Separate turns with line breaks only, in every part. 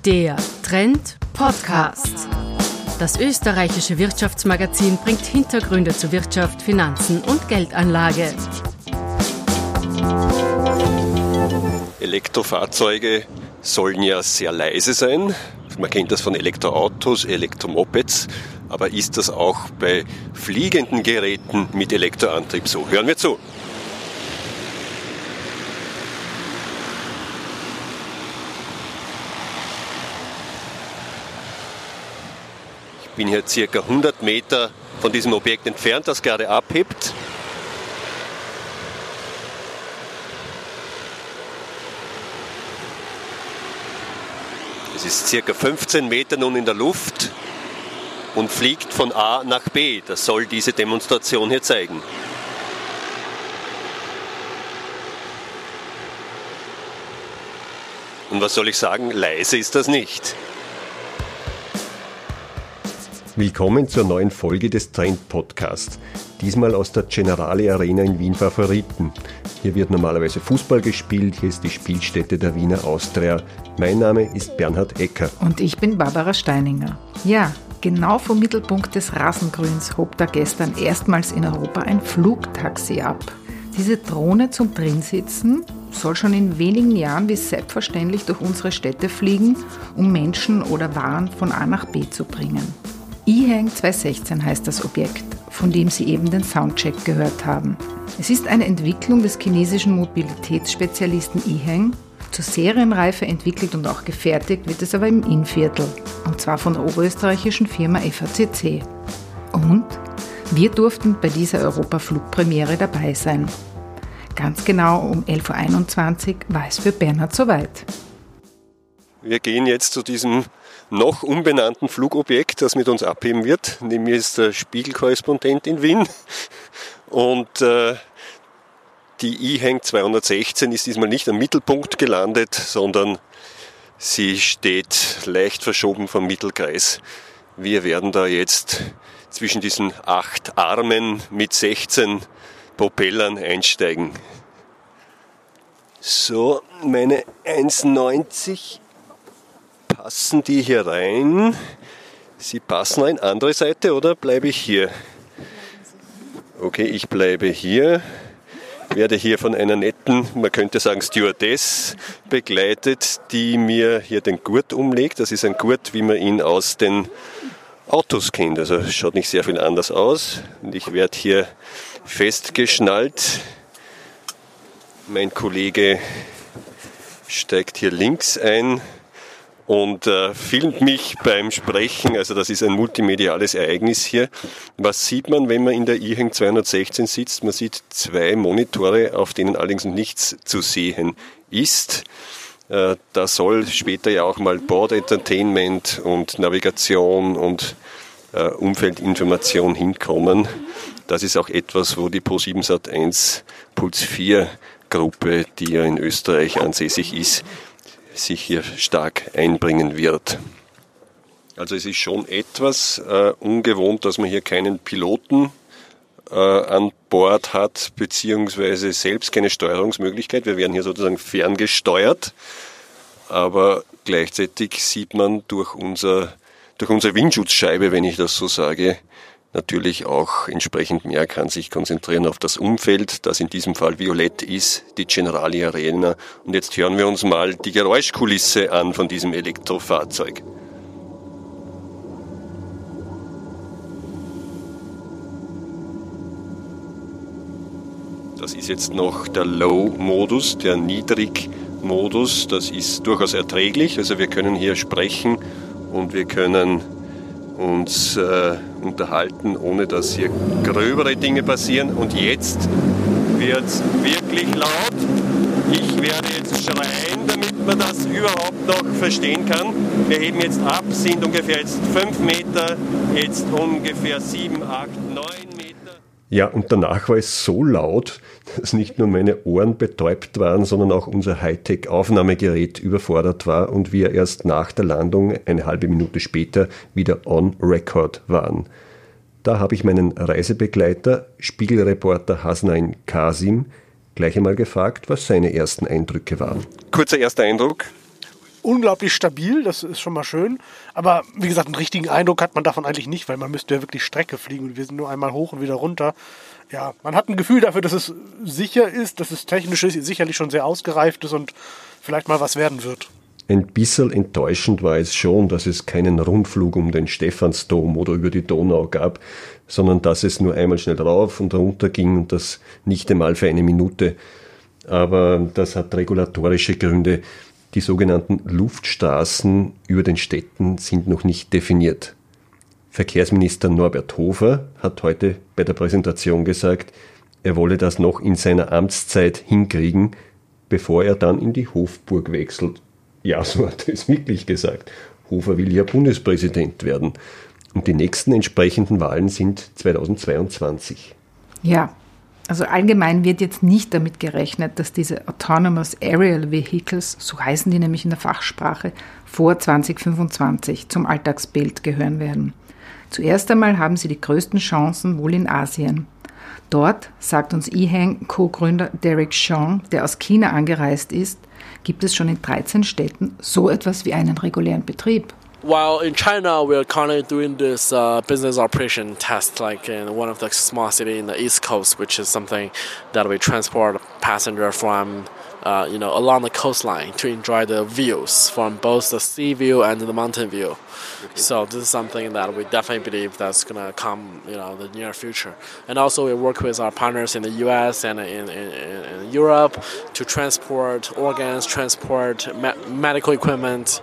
Der Trend Podcast. Das österreichische Wirtschaftsmagazin bringt Hintergründe zu Wirtschaft, Finanzen und Geldanlage.
Elektrofahrzeuge sollen ja sehr leise sein. Man kennt das von Elektroautos, Elektromopeds. Aber ist das auch bei fliegenden Geräten mit Elektroantrieb so? Hören wir zu. Ich bin hier circa 100 Meter von diesem Objekt entfernt, das gerade abhebt. Es ist circa 15 Meter nun in der Luft und fliegt von A nach B. Das soll diese Demonstration hier zeigen. Und was soll ich sagen? Leise ist das nicht. Willkommen zur neuen Folge des Trend Podcasts. Diesmal aus der Generali Arena in Wien Favoriten. Hier wird normalerweise Fußball gespielt, hier ist die Spielstätte der Wiener Austria. Mein Name ist Bernhard Ecker.
Und ich bin Barbara Steininger. Ja, genau vom Mittelpunkt des Rasengrüns hob da gestern erstmals in Europa ein Flugtaxi ab. Diese Drohne zum Drinsitzen soll schon in wenigen Jahren wie selbstverständlich durch unsere Städte fliegen, um Menschen oder Waren von A nach B zu bringen. EHang 216 heißt das Objekt, von dem Sie eben den Soundcheck gehört haben. Es ist eine Entwicklung des chinesischen Mobilitätsspezialisten EHang. Zur Serienreife entwickelt und auch gefertigt wird es aber im Innviertel, und zwar von der oberösterreichischen Firma FACC. Und wir durften bei dieser Europaflugpremiere dabei sein. Ganz genau um 11.21 Uhr war es für Bernhard soweit.
Wir gehen jetzt zu diesem noch unbenannten Flugobjekt, das mit uns abheben wird. Neben mir ist der Spiegel-Korrespondent in Wien. Und die EHang 216 ist diesmal nicht am Mittelpunkt gelandet, sondern sie steht leicht verschoben vom Mittelkreis. Wir werden da jetzt zwischen diesen 8 Armen mit 16 Propellern einsteigen. So, meine 1,90 passen die hier rein? Sie passen in andere Seite, oder bleibe ich hier? Okay, ich bleibe hier. Werde hier von einer netten, man könnte sagen Stewardess, begleitet, die mir hier den Gurt umlegt. Das ist ein Gurt, wie man ihn aus den Autos kennt. Also schaut nicht sehr viel anders aus. Und ich werde hier festgeschnallt. Mein Kollege steigt hier links ein und filmt mich beim Sprechen. Also das ist ein multimediales Ereignis hier. Was sieht man, wenn man in der EHang 216 sitzt? Man sieht 2 Monitore, auf denen allerdings nichts zu sehen ist. Da soll später ja auch mal Board Entertainment und Navigation und Umfeldinformation hinkommen. Das ist auch etwas, wo die Pro7 Sat.1 Puls 4 Gruppe, die ja in Österreich ansässig ist, sich hier stark einbringen wird. Also es ist schon etwas ungewohnt, dass man hier keinen Piloten an Bord hat, beziehungsweise selbst keine Steuerungsmöglichkeit. Wir werden hier sozusagen ferngesteuert, aber gleichzeitig sieht man durch unsere Windschutzscheibe, wenn ich das so sage, natürlich auch entsprechend mehr, kann sich konzentrieren auf das Umfeld, das in diesem Fall violett ist, die Generali Arena. Und jetzt hören wir uns mal die Geräuschkulisse an von diesem Elektrofahrzeug. Das ist jetzt noch der Low-Modus, der Niedrig-Modus. Das ist durchaus erträglich. Also wir können hier sprechen und wir können uns unterhalten, ohne dass hier gröbere Dinge passieren. Und jetzt wird es wirklich laut. Ich werde jetzt schreien, damit man das überhaupt noch verstehen kann. Wir heben jetzt ab, sind ungefähr jetzt 5 Meter, jetzt ungefähr 7, 8, 9 Meter. Ja, und danach war es so laut, dass nicht nur meine Ohren betäubt waren, sondern auch unser Hightech-Aufnahmegerät überfordert war und wir erst nach der Landung, eine halbe Minute später, wieder on record waren. Da habe ich meinen Reisebegleiter, Spiegelreporter Hasnain Kasim, gleich einmal gefragt, was seine ersten Eindrücke waren. Kurzer erster Eindruck.
unglaublich stabil, das ist schon mal schön. Aber wie gesagt, einen richtigen Eindruck hat man davon eigentlich nicht, weil man müsste ja wirklich Strecke fliegen und wir sind nur einmal hoch und wieder runter. Ja, man hat ein Gefühl dafür, dass es sicher ist, dass es technisch sicherlich schon sehr ausgereift ist und vielleicht mal was werden wird.
Ein bisschen enttäuschend war es schon, dass es keinen Rundflug um den Stephansdom oder über die Donau gab, sondern dass es nur einmal schnell rauf und runter ging und das nicht einmal für eine Minute. Aber das hat regulatorische Gründe. Die sogenannten Luftstraßen über den Städten sind noch nicht definiert. Verkehrsminister Norbert Hofer hat heute bei der Präsentation gesagt, er wolle das noch in seiner Amtszeit hinkriegen, bevor er dann in die Hofburg wechselt. Ja, so hat er es wirklich gesagt. Hofer will ja Bundespräsident werden. Und die nächsten entsprechenden Wahlen sind 2022.
Ja, also allgemein wird jetzt nicht damit gerechnet, dass diese Autonomous Aerial Vehicles, so heißen die nämlich in der Fachsprache, vor 2025 zum Alltagsbild gehören werden. Zuerst einmal haben sie die größten Chancen wohl in Asien. Dort, sagt uns EHang Co-Gründer Derek Zhang, der aus China angereist ist, gibt es schon in 13 Städten so etwas wie einen regulären Betrieb.
While in China, we're currently doing this business operation test, like in one of the small cities in the East Coast, which is something that we transport passenger from, along the coastline to enjoy the views from both the sea view and the mountain view. So this is something that we definitely believe that's going to come, the near future. And also we work with our partners in the U.S. and in Europe to transport organs, transport medical equipment,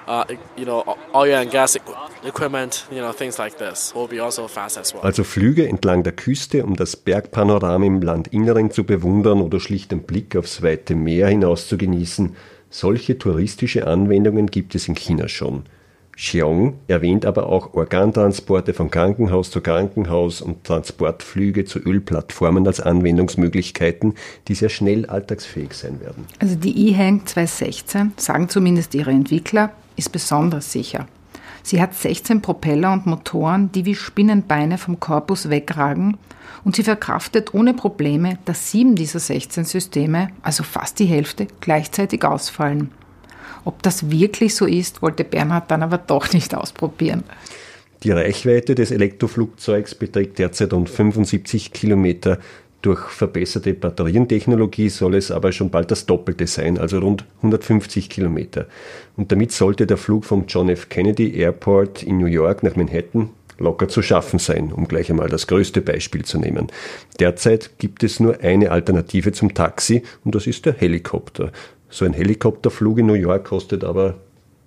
oil and gas equipment, things like this will be also fast as well.
Also Flüge entlang der Küste, um das Bergpanorama im Landinneren zu bewundern oder schlicht den Blick aufs weite Meer hinaus zu genießen. Solche touristische Anwendungen gibt es in China schon. Xiong erwähnt aber auch Organtransporte von Krankenhaus zu Krankenhaus und Transportflüge zu Ölplattformen als Anwendungsmöglichkeiten, die sehr schnell alltagsfähig sein werden.
Also die EHang 216, sagen zumindest ihre Entwickler, ist besonders sicher. Sie hat 16 Propeller und Motoren, die wie Spinnenbeine vom Korpus wegragen, und sie verkraftet ohne Probleme, dass 7 dieser 16 Systeme, also fast die Hälfte, gleichzeitig ausfallen. Ob das wirklich so ist, wollte Bernhard dann aber doch nicht ausprobieren.
Die Reichweite des Elektroflugzeugs beträgt derzeit rund 75 Kilometer. Durch verbesserte Batterientechnologie soll es aber schon bald das Doppelte sein, also rund 150 Kilometer. Und damit sollte der Flug vom John F. Kennedy Airport in New York nach Manhattan locker zu schaffen sein, um gleich einmal das größte Beispiel zu nehmen. Derzeit gibt es nur eine Alternative zum Taxi und das ist der Helikopter. So ein Helikopterflug in New York kostet aber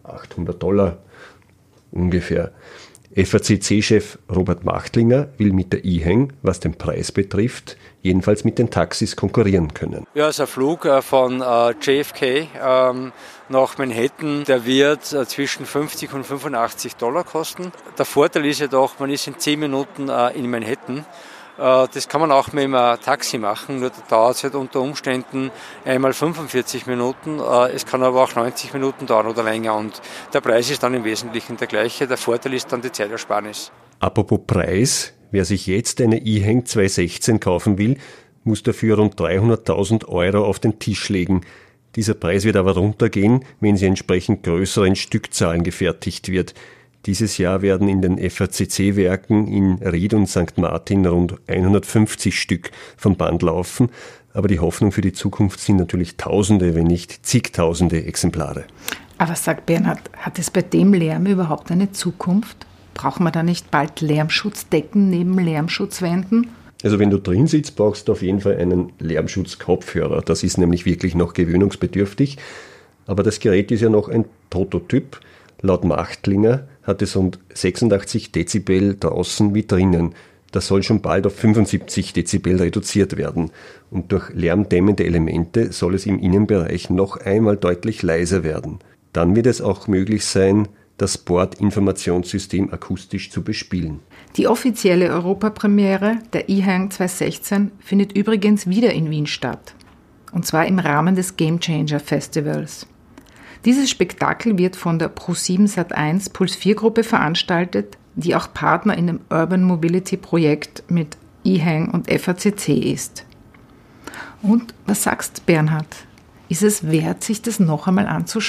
$800 ungefähr. FACC-Chef Robert Machtlinger will mit der EHang, was den Preis betrifft, jedenfalls mit den Taxis konkurrieren können.
Ja, also ein Flug von JFK nach Manhattan, der wird zwischen $50 und $85 kosten. Der Vorteil ist jedoch, man ist in 10 Minuten in Manhattan. Das kann man auch mit einem Taxi machen, nur da dauert es halt unter Umständen einmal 45 Minuten. Es kann aber auch 90 Minuten dauern oder länger und der Preis ist dann im Wesentlichen der gleiche. Der Vorteil ist dann die Zeitersparnis.
Apropos Preis, wer sich jetzt eine EHang 216 kaufen will, muss dafür rund 300.000 € auf den Tisch legen. Dieser Preis wird aber runtergehen, wenn sie entsprechend größeren Stückzahlen gefertigt wird. Dieses Jahr werden in den FACC-Werken in Ried und St. Martin rund 150 Stück vom Band laufen. Aber die Hoffnung für die Zukunft sind natürlich Tausende, wenn nicht zigtausende Exemplare.
Aber sagt Bernhard, hat es bei dem Lärm überhaupt eine Zukunft? Braucht man da nicht bald Lärmschutzdecken neben Lärmschutzwänden?
Also wenn du drin sitzt, brauchst du auf jeden Fall einen Lärmschutzkopfhörer. Das ist nämlich wirklich noch gewöhnungsbedürftig. Aber das Gerät ist ja noch ein Prototyp. Laut Machtlinger hat es rund 86 Dezibel draußen wie drinnen. Das soll schon bald auf 75 Dezibel reduziert werden. Und durch lärmdämmende Elemente soll es im Innenbereich noch einmal deutlich leiser werden. Dann wird es auch möglich sein, das Bordinformationssystem akustisch zu bespielen.
Die offizielle Europapremiere der EHang 216 findet übrigens wieder in Wien statt. Und zwar im Rahmen des Game Changer Festivals. Dieses Spektakel wird von der Pro7 Sat.1 Puls4-Gruppe veranstaltet, die auch Partner in dem Urban Mobility Projekt mit EHang und FACC ist. Und was sagst Bernhard? Ist es wert, sich das noch einmal anzuschauen?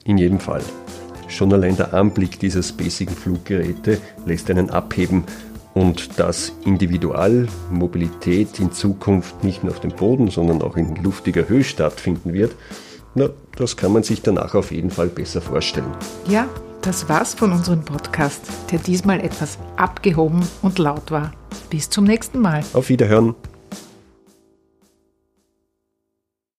In jedem Fall. Schon allein der Anblick dieser spacigen Fluggeräte lässt einen abheben. Und dass Individualmobilität in Zukunft nicht nur auf dem Boden, sondern auch in luftiger Höhe stattfinden wird, das kann man sich danach auf jeden Fall besser vorstellen.
Ja, das war's von unserem Podcast, der diesmal etwas abgehoben und laut war. Bis zum nächsten Mal.
Auf Wiederhören.